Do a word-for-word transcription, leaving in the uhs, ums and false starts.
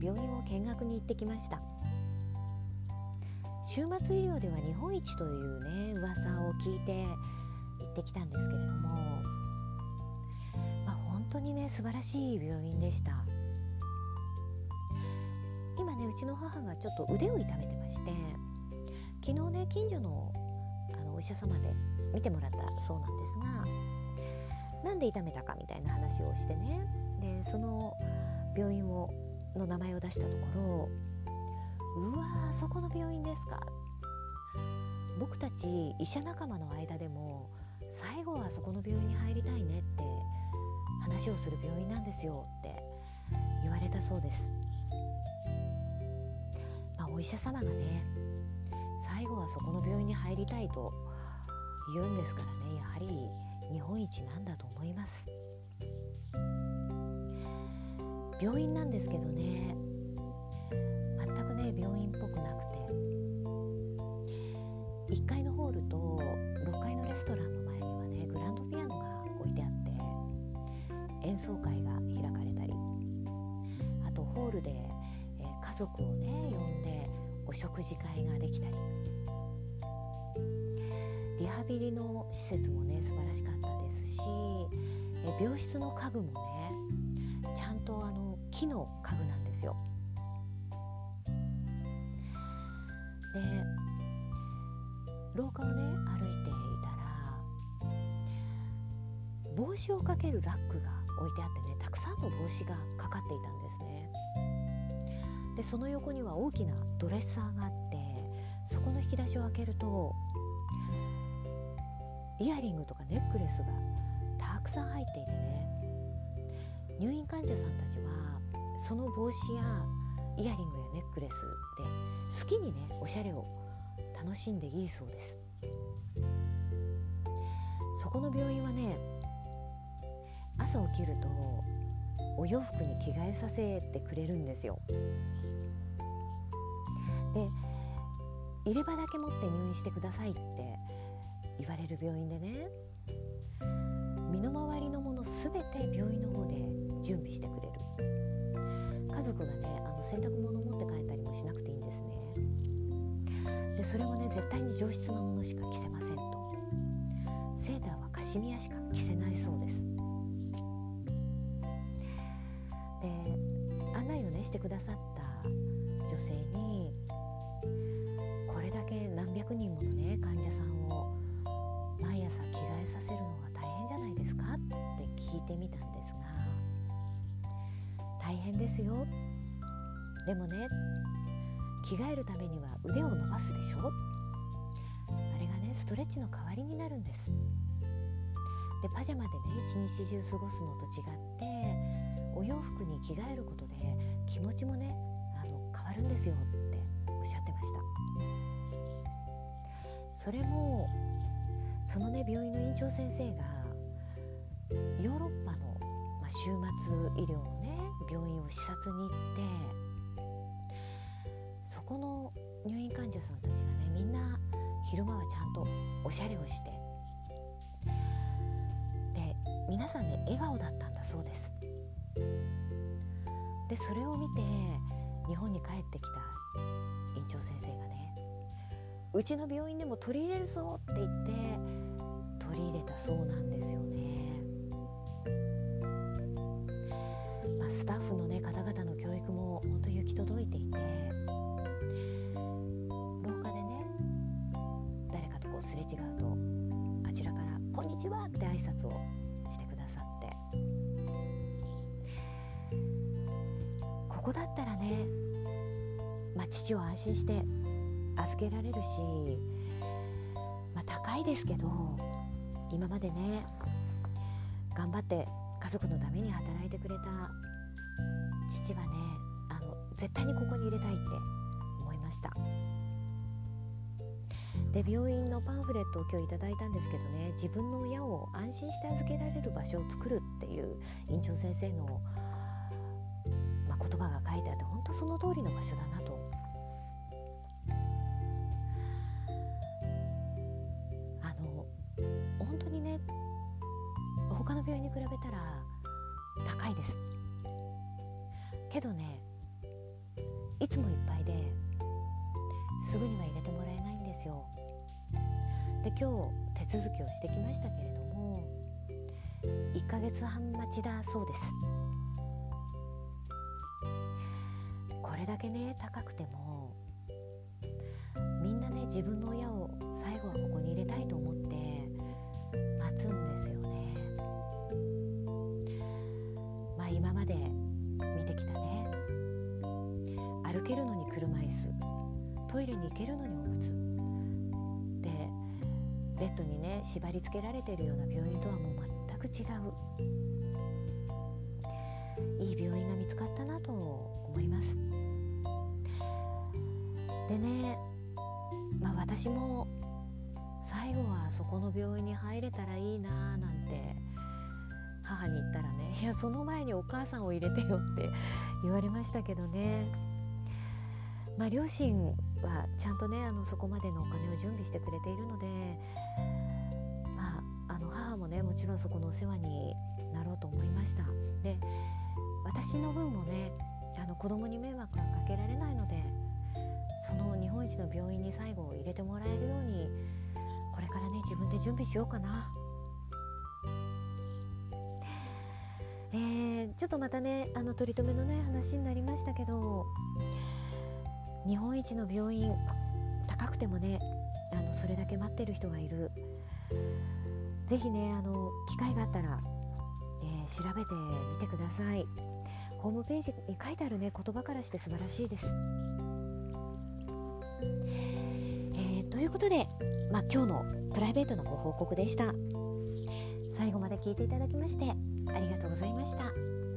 病院を見学に行ってきました。終末医療では日本一というね噂を聞いて行ってきたんですけれども、まあ、本当にね素晴らしい病院でした。今ねうちの母がちょっと腕を痛めてまして、昨日ね近所の、あのお医者様で見てもらったそうなんですが、なんで痛めたかみたいな話をしてね、でその病院をの名前を出したところ、うわーそこの病院ですか、僕たち医者仲間の間でも最後はそこの病院に入りたいねって話をする病院なんですよって言われたそうです。まあ、お医者様がね最後はそこの病院に入りたいと言うんですからね、やはり日本一なんだと思います。病院なんですけどね、全くね病院っぽくなくて、いっかいのホールとろっかいのレストランの前にはねグランドピアノが置いてあって演奏会が開かれたり、あとホールで、えー、家族をね呼んでお食事会ができたり、リハビリの施設もね素晴らしかったですし、え病室の家具もねちゃんとあの木の家具なんですよ。で廊下をね歩いていたら帽子をかけるラックが置いてあってね、たくさんの帽子がかかっていたんですね。でその横には大きなドレッサーがあって、そこの引き出しを開けるとイヤリングとかネックレスがたくさん入っていてね、入院患者さんたちはその帽子やイヤリングやネックレスで好きにねおしゃれを楽しんでいいそうです。そこの病院はね朝起きるとお洋服に着替えさせてくれるんですよ。で入れ歯だけ持って入院してくださいって言われる病院でね、身の回りのものすべて病院の方で準備してくれる。家族がねあの洗濯物を持って帰ったりもしなくていいんですね。でそれもね絶対に上質なものしか着せませんと、セーターはカシミヤしか着せないそうです。で案内をねしてくださった女性に、これだけ何百人ものね患者さんを毎朝着替えさせるのが大変じゃないですかって聞いてみたんですが、大変ですよ、でもね着替えるためには腕を伸ばすでしょ、あれがねストレッチの代わりになるんです。でパジャマでね一日中過ごすのと違ってお洋服に着替えることで気持ちもねあの変わるんですよっておっしゃってました。それもそのね病院の院長先生がヨーロッパの、まあ、終末医療のね病院を視察に行って、そこの入院患者さんたちがねみんな昼間はちゃんとおしゃれをして、で皆さんね笑顔だったんだそうです。でそれを見て日本に帰ってきた院長先生がね、うちの病院でも取り入れるぞって言って取り入れたそうなんですよね。まあ、スタッフの、ね、方々の教育も本当に行き届いていて、廊下でね誰かとこうすれ違うとあちらからこんにちはって挨拶をしてくださって、ここだったらね、まあ、父を安心して預けられるし、まあ、高いですけど今までね頑張って家族のために働いてくれた父はねあの絶対にここに入れたいって思いました。で病院のパンフレットを今日いただいたんですけどね、自分の親を安心して預けられる場所を作るっていう院長先生の、まあ、言葉が書いてあって、本当その通りの場所だなと。あの本当にね他の病院に比べたら高いですけどね、 つもいっぱいですぐには入れてもらえないんですよ。で今日手続きをしてきましたけれどもいっかげつはん待ちだそうです。これだけね高くてもみんなね自分の親を最後はここに入れたいと思って待つんですよね。まあ今まで見てきたね、歩けるのに車椅子、トイレに行けるのにおむつでベッドにね縛り付けられているような病院とはもう全く違ういい病院が見つかったなと思います。でね、まあ、私も最後はそこの病院に入れたらいいななんて母に言ったらね、いやその前にお母さんを入れてよって言われましたけどね、まあ、両親はちゃんとねあのそこまでのお金を準備してくれているので、まあ、あの母もねもちろんそこのお世話になろうと思いました。で私の分もねあの子供に迷惑はかけられないので、その日本一の病院に最後入れてもらえるようにこれからね自分で準備しようかな。えー、ちょっとまたねあの取り留めのない話になりましたけど、日本一の病院高くてもねあのそれだけ待ってる人がいる。ぜひねあの機会があったら、えー、調べてみてください。ホームページに書いてあるね言葉からして素晴らしいです。えー、ということで、まあ、今日のプライベートなご報告でした。最後まで聞いていただきましてありがとうございました。